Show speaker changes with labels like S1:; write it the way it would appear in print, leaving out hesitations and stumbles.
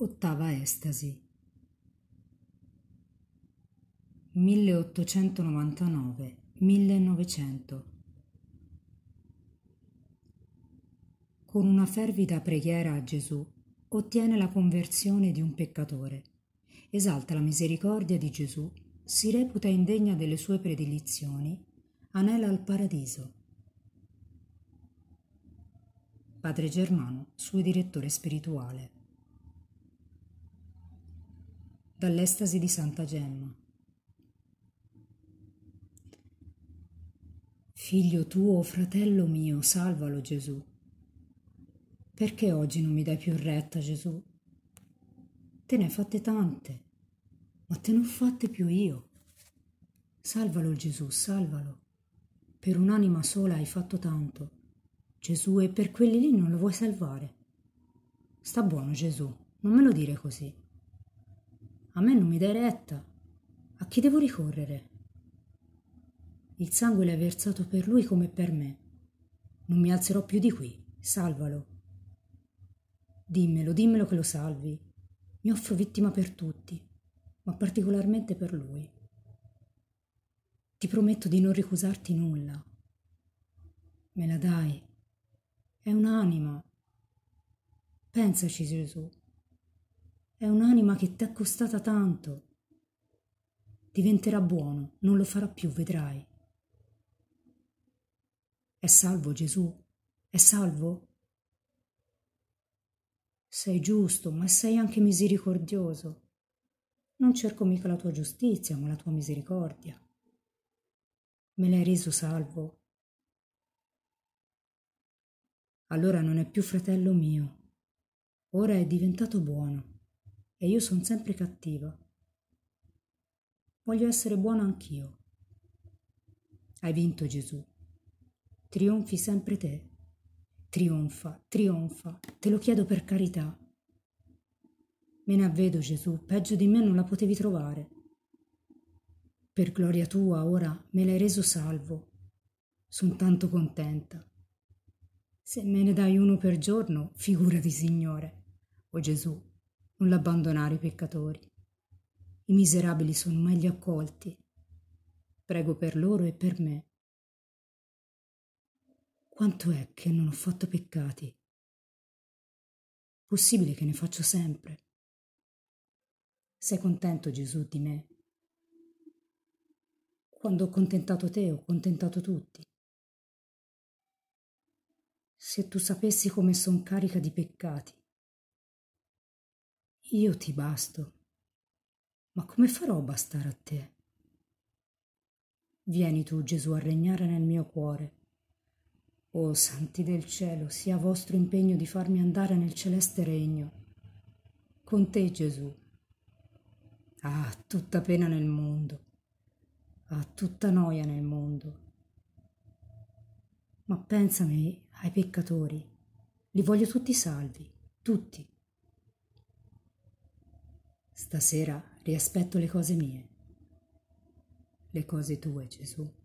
S1: Ottava estasi. 1899-1900. Con una fervida preghiera a Gesù ottiene la conversione di un peccatore, esalta la misericordia di Gesù, si reputa indegna delle sue predilezioni, anela al paradiso. Padre Germano, suo direttore spirituale. Dall'estasi di Santa Gemma. Figlio tuo, fratello mio, salvalo Gesù. Perché oggi non mi dai più retta, Gesù? Te ne hai fatte tante, ma te ne ho fatte più io. Salvalo Gesù, salvalo. Per un'anima sola hai fatto tanto, Gesù, e per quelli lì non lo vuoi salvare. Sta buono, Gesù, non me lo dire così. A me non mi dai retta. A chi devo ricorrere? Il sangue l'hai versato per lui come per me. Non mi alzerò più di qui. Salvalo. Dimmelo che lo salvi. Mi offro vittima per tutti, ma particolarmente per lui. Ti prometto di non ricusarti nulla. Me la dai? È un'anima. Pensaci, Gesù. È un'anima che ti è costata tanto. Diventerà buono, non lo farà più, vedrai. È salvo, Gesù? È salvo? Sei giusto, ma sei anche misericordioso. Non cerco mica la tua giustizia, ma la tua misericordia. Me l'hai reso salvo. Allora non è più fratello mio. Ora è diventato buono e io sono sempre cattiva. Voglio essere buono anch'io. Hai vinto, Gesù. Trionfi sempre te. Trionfa, trionfa, te lo chiedo per carità. Me ne avvedo, Gesù, peggio di me non la potevi trovare. Per gloria tua ora me l'hai reso salvo. Son tanto contenta. Se me ne dai uno per giorno, figurati, Signore. O Gesù, non l'abbandonare i peccatori. I miserabili sono meglio accolti. Prego per loro e per me. Quanto è che non ho fatto peccati? Possibile che ne faccio sempre. Sei contento, Gesù, di me? Quando ho contentato te, ho contentato tutti. Se tu sapessi come son carica di peccati. Io ti basto. Ma come farò a bastare a te? Vieni tu, Gesù, a regnare nel mio cuore. O santi del cielo, sia vostro impegno di farmi andare nel celeste regno. Con te, Gesù. Ah, tutta pena nel mondo. Ah, tutta noia nel mondo. Ma pensami ai peccatori. Li voglio tutti salvi, tutti. Stasera riaspetto le cose mie, le cose tue, Gesù.